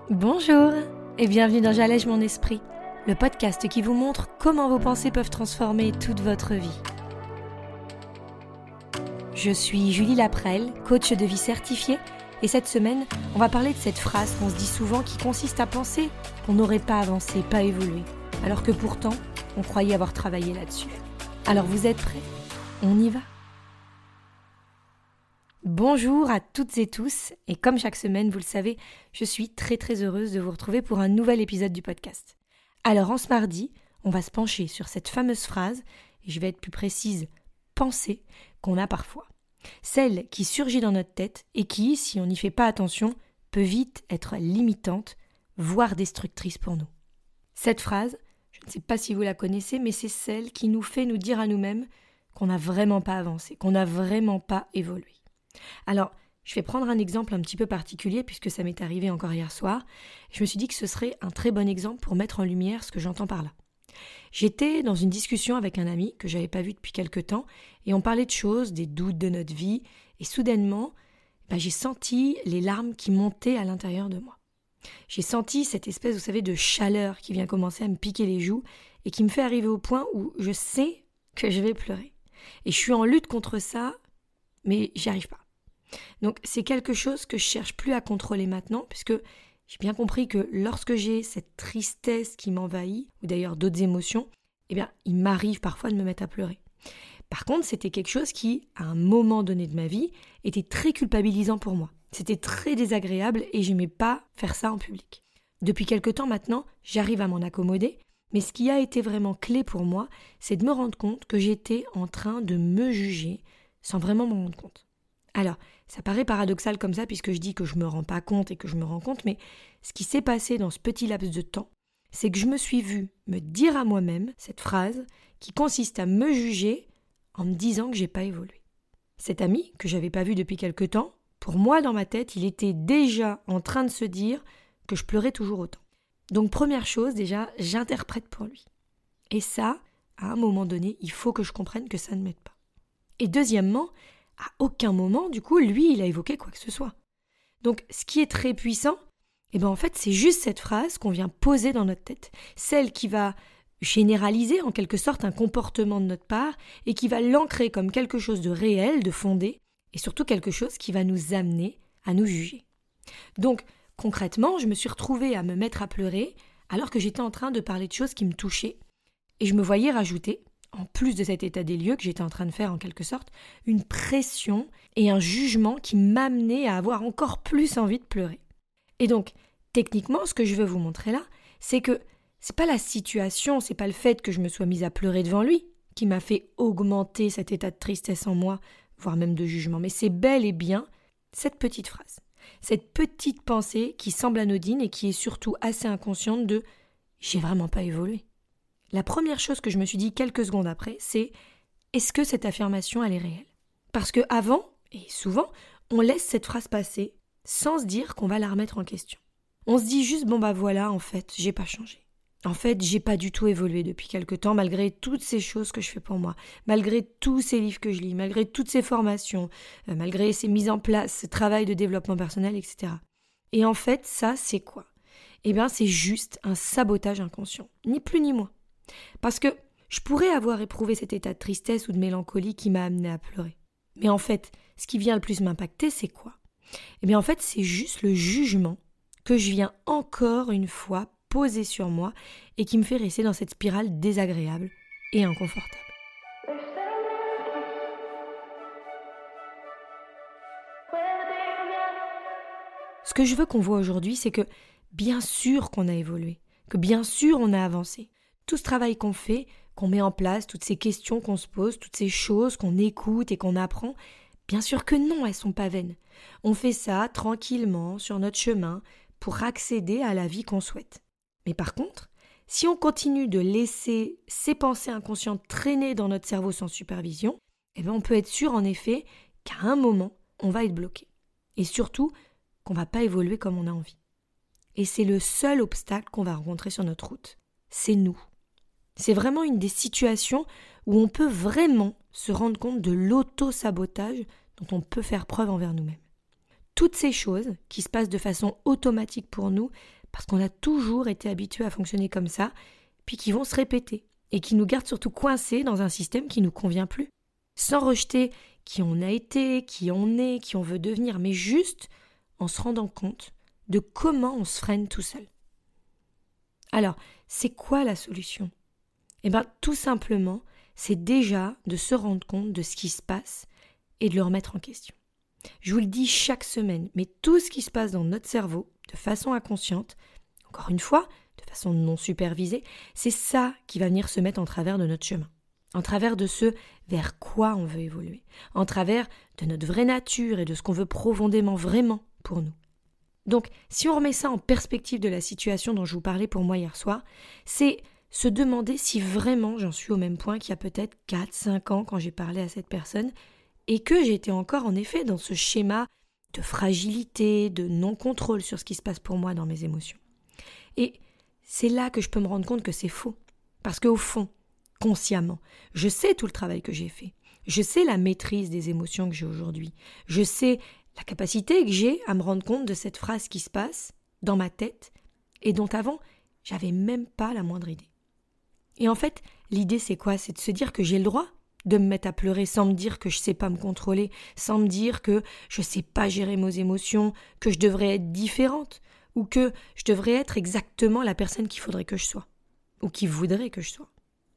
Bonjour et bienvenue dans J'allège mon esprit, le podcast qui vous montre comment vos pensées peuvent transformer toute votre vie. Je suis Julie Laprelle, coach de vie certifiée, et cette semaine, on va parler de cette phrase qu'on se dit souvent qui consiste à penser qu'on n'aurait pas avancé, pas évolué, alors que pourtant, on croyait avoir travaillé là-dessus. Alors vous êtes prêts ? On y va ? Bonjour à toutes et tous, et comme chaque semaine, vous le savez, je suis très heureuse de vous retrouver pour un nouvel épisode du podcast. Alors en ce mardi, on va se pencher sur cette fameuse phrase, et je vais être plus précise, pensée, qu'on a parfois. Celle qui surgit dans notre tête et qui, si on n'y fait pas attention, peut vite être limitante, voire destructrice pour nous. Cette phrase, je ne sais pas si vous la connaissez, mais c'est celle qui nous fait nous dire à nous-mêmes qu'on n'a vraiment pas avancé, qu'on n'a vraiment pas évolué. Alors, je vais prendre un exemple un petit peu particulier puisque ça m'est arrivé encore hier soir. Je me suis dit que ce serait un très bon exemple pour mettre en lumière ce que j'entends par là. J'étais dans une discussion avec un ami que je n'avais pas vu depuis quelque temps et on parlait de choses, des doutes de notre vie et soudainement, j'ai senti les larmes qui montaient à l'intérieur de moi. J'ai senti cette espèce, vous savez, de chaleur qui vient commencer à me piquer les joues et qui me fait arriver au point où je sais que je vais pleurer. Et je suis en lutte contre ça, mais j'y arrive pas. Donc c'est quelque chose que je cherche plus à contrôler maintenant, puisque j'ai bien compris que lorsque j'ai cette tristesse qui m'envahit, ou d'ailleurs d'autres émotions, il m'arrive parfois de me mettre à pleurer. Par contre, c'était quelque chose qui, à un moment donné de ma vie, était très culpabilisant pour moi. C'était très désagréable et j'aimais pas faire ça en public. Depuis quelque temps maintenant, j'arrive à m'en accommoder, mais ce qui a été vraiment clé pour moi, c'est de me rendre compte que j'étais en train de me juger sans vraiment m'en rendre compte. Alors, ça paraît paradoxal comme ça puisque je dis que je me rends pas compte et que je me rends compte, mais ce qui s'est passé dans ce petit laps de temps, c'est que je me suis vue me dire à moi-même cette phrase qui consiste à me juger en me disant que j'ai pas évolué. Cet ami, que j'avais pas vu depuis quelque temps, pour moi dans ma tête, il était déjà en train de se dire que je pleurais toujours autant. Donc première chose, déjà, j'interprète pour lui. Et ça, à un moment donné, il faut que je comprenne que ça ne m'aide pas. Et deuxièmement, à aucun moment, du coup, lui, il a évoqué quoi que ce soit. Donc, ce qui est très puissant, en fait, c'est juste cette phrase qu'on vient poser dans notre tête. Celle qui va généraliser, en quelque sorte, un comportement de notre part et qui va l'ancrer comme quelque chose de réel, de fondé, et surtout quelque chose qui va nous amener à nous juger. Donc, concrètement, je me suis retrouvée à me mettre à pleurer alors que j'étais en train de parler de choses qui me touchaient. Et je me voyais rajouter, en plus de cet état des lieux que j'étais en train de faire en quelque sorte, une pression et un jugement qui m'amenaient à avoir encore plus envie de pleurer. Et donc, techniquement, ce que je veux vous montrer là, c'est que c'est pas la situation, c'est pas le fait que je me sois mise à pleurer devant lui qui m'a fait augmenter cet état de tristesse en moi, voire même de jugement, mais c'est bel et bien cette petite phrase, cette petite pensée qui semble anodine et qui est surtout assez inconsciente de « j'ai vraiment pas évolué ». La première chose que je me suis dit quelques secondes après, c'est « est-ce que cette affirmation, elle est réelle ?» Parce que avant, et souvent, on laisse cette phrase passer sans se dire qu'on va la remettre en question. On se dit juste « voilà, en fait, j'ai pas changé. En fait, j'ai pas du tout évolué depuis quelque temps, malgré toutes ces choses que je fais pour moi, malgré tous ces livres que je lis, malgré toutes ces formations, malgré ces mises en place, ce travail de développement personnel, etc. » Et en fait, ça, c'est quoi ? C'est juste un sabotage inconscient, ni plus ni moins. Parce que je pourrais avoir éprouvé cet état de tristesse ou de mélancolie qui m'a amené à pleurer. Mais en fait, ce qui vient le plus m'impacter, c'est quoi ? En fait, c'est juste le jugement que je viens encore une fois poser sur moi et qui me fait rester dans cette spirale désagréable et inconfortable. Ce que je veux qu'on voit aujourd'hui, c'est que bien sûr qu'on a évolué, que bien sûr on a avancé. Tout ce travail qu'on fait, qu'on met en place, toutes ces questions qu'on se pose, toutes ces choses qu'on écoute et qu'on apprend, bien sûr que non, elles sont pas vaines. On fait ça tranquillement, sur notre chemin, pour accéder à la vie qu'on souhaite. Mais par contre, si on continue de laisser ces pensées inconscientes traîner dans notre cerveau sans supervision, on peut être sûr en effet qu'à un moment, on va être bloqué. Et surtout, qu'on va pas évoluer comme on a envie. Et c'est le seul obstacle qu'on va rencontrer sur notre route. C'est nous. C'est vraiment une des situations où on peut vraiment se rendre compte de l'auto-sabotage dont on peut faire preuve envers nous-mêmes. Toutes ces choses qui se passent de façon automatique pour nous parce qu'on a toujours été habitué à fonctionner comme ça, puis qui vont se répéter et qui nous gardent surtout coincés dans un système qui ne nous convient plus. Sans rejeter qui on a été, qui on est, qui on veut devenir, mais juste en se rendant compte de comment on se freine tout seul. Alors, c'est quoi la solution ? Tout simplement, c'est déjà de se rendre compte de ce qui se passe et de le remettre en question. Je vous le dis chaque semaine, mais tout ce qui se passe dans notre cerveau, de façon inconsciente, encore une fois, de façon non supervisée, c'est ça qui va venir se mettre en travers de notre chemin, en travers de ce vers quoi on veut évoluer, en travers de notre vraie nature et de ce qu'on veut profondément vraiment pour nous. Donc, si on remet ça en perspective de la situation dont je vous parlais pour moi hier soir, c'est se demander si vraiment j'en suis au même point qu'il y a peut-être 4-5 ans quand j'ai parlé à cette personne et que j'étais encore en effet dans ce schéma de fragilité, de non-contrôle sur ce qui se passe pour moi dans mes émotions. Et c'est là que je peux me rendre compte que c'est faux. Parce qu'au fond, consciemment, je sais tout le travail que j'ai fait. Je sais la maîtrise des émotions que j'ai aujourd'hui. Je sais la capacité que j'ai à me rendre compte de cette phrase qui se passe dans ma tête et dont avant, j'avais même pas la moindre idée. Et en fait, l'idée c'est quoi ? C'est de se dire que j'ai le droit de me mettre à pleurer sans me dire que je sais pas me contrôler, sans me dire que je sais pas gérer mes émotions, que je devrais être différente ou que je devrais être exactement la personne qu'il faudrait que je sois ou qui voudrait que je sois.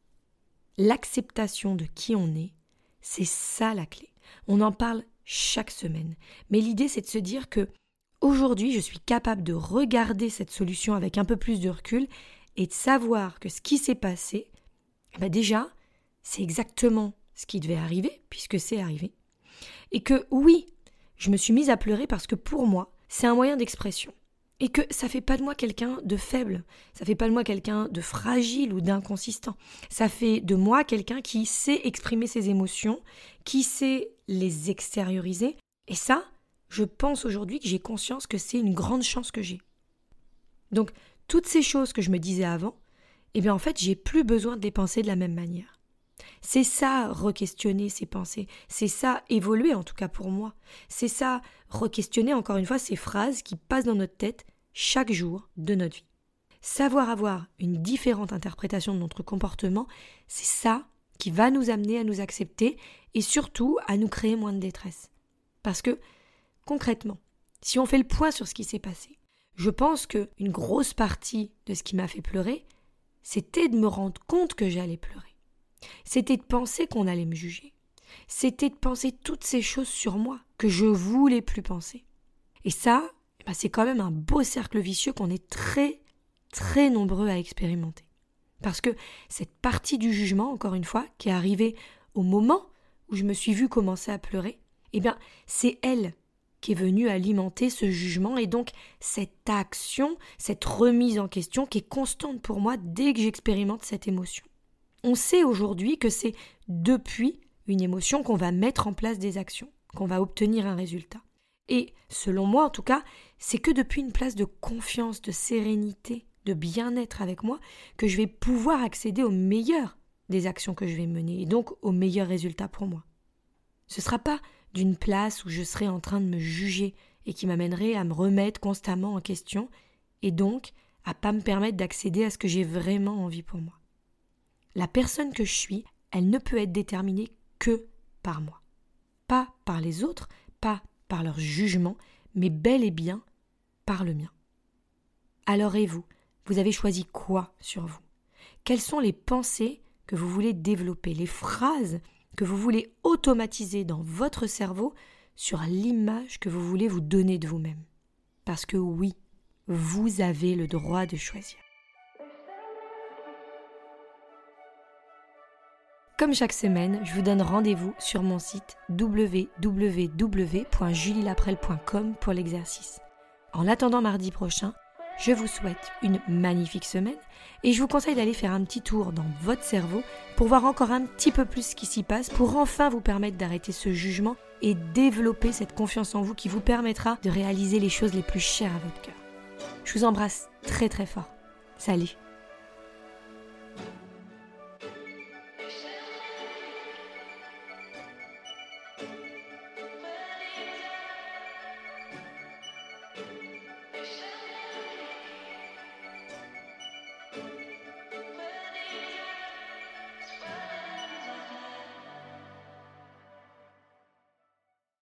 L'acceptation de qui on est, c'est ça la clé. On en parle chaque semaine, mais l'idée c'est de se dire que aujourd'hui je suis capable de regarder cette solution avec un peu plus de recul et de savoir que ce qui s'est passé, déjà, c'est exactement ce qui devait arriver, puisque c'est arrivé. Et que oui, je me suis mise à pleurer parce que pour moi, c'est un moyen d'expression. Et que ça fait pas de moi quelqu'un de faible, ça fait pas de moi quelqu'un de fragile ou d'inconsistant. Ça fait de moi quelqu'un qui sait exprimer ses émotions, qui sait les extérioriser. Et ça, je pense aujourd'hui que j'ai conscience que c'est une grande chance que j'ai. Donc, toutes ces choses que je me disais avant, en fait, j'ai plus besoin de les penser de la même manière. C'est ça, re-questionner ses pensées. C'est ça, évoluer en tout cas pour moi. C'est ça, re-questionner encore une fois ces phrases qui passent dans notre tête chaque jour de notre vie. Savoir avoir une différente interprétation de notre comportement, c'est ça qui va nous amener à nous accepter et surtout à nous créer moins de détresse. Parce que, concrètement, si on fait le point sur ce qui s'est passé, je pense qu'une grosse partie de ce qui m'a fait pleurer, c'était de me rendre compte que j'allais pleurer. C'était de penser qu'on allait me juger. C'était de penser toutes ces choses sur moi que je voulais plus penser. Et ça, c'est quand même un beau cercle vicieux qu'on est très, très nombreux à expérimenter. Parce que cette partie du jugement, encore une fois, qui est arrivée au moment où je me suis vue commencer à pleurer, c'est elle qui est venue alimenter ce jugement et donc cette action, cette remise en question qui est constante pour moi dès que j'expérimente cette émotion. On sait aujourd'hui que c'est depuis une émotion qu'on va mettre en place des actions, qu'on va obtenir un résultat. Et selon moi en tout cas, c'est que depuis une place de confiance, de sérénité, de bien-être avec moi, que je vais pouvoir accéder au meilleur des actions que je vais mener et donc au meilleur résultat pour moi. Ce ne sera pas d'une place où je serai en train de me juger et qui m'amènerait à me remettre constamment en question et donc à pas me permettre d'accéder à ce que j'ai vraiment envie pour moi. La personne que je suis, elle ne peut être déterminée que par moi. Pas par les autres, pas par leur jugement, mais bel et bien par le mien. Alors et vous avez choisi quoi sur vous ? Quelles sont les pensées que vous voulez développer, les phrases que vous voulez automatiser dans votre cerveau sur l'image que vous voulez vous donner de vous-même. Parce que oui, vous avez le droit de choisir. Comme chaque semaine, je vous donne rendez-vous sur mon site www.julielaprelle.com pour l'exercice. En attendant mardi prochain, je vous souhaite une magnifique semaine et je vous conseille d'aller faire un petit tour dans votre cerveau pour voir encore un petit peu plus ce qui s'y passe pour enfin vous permettre d'arrêter ce jugement et développer cette confiance en vous qui vous permettra de réaliser les choses les plus chères à votre cœur. Je vous embrasse très très fort. Salut!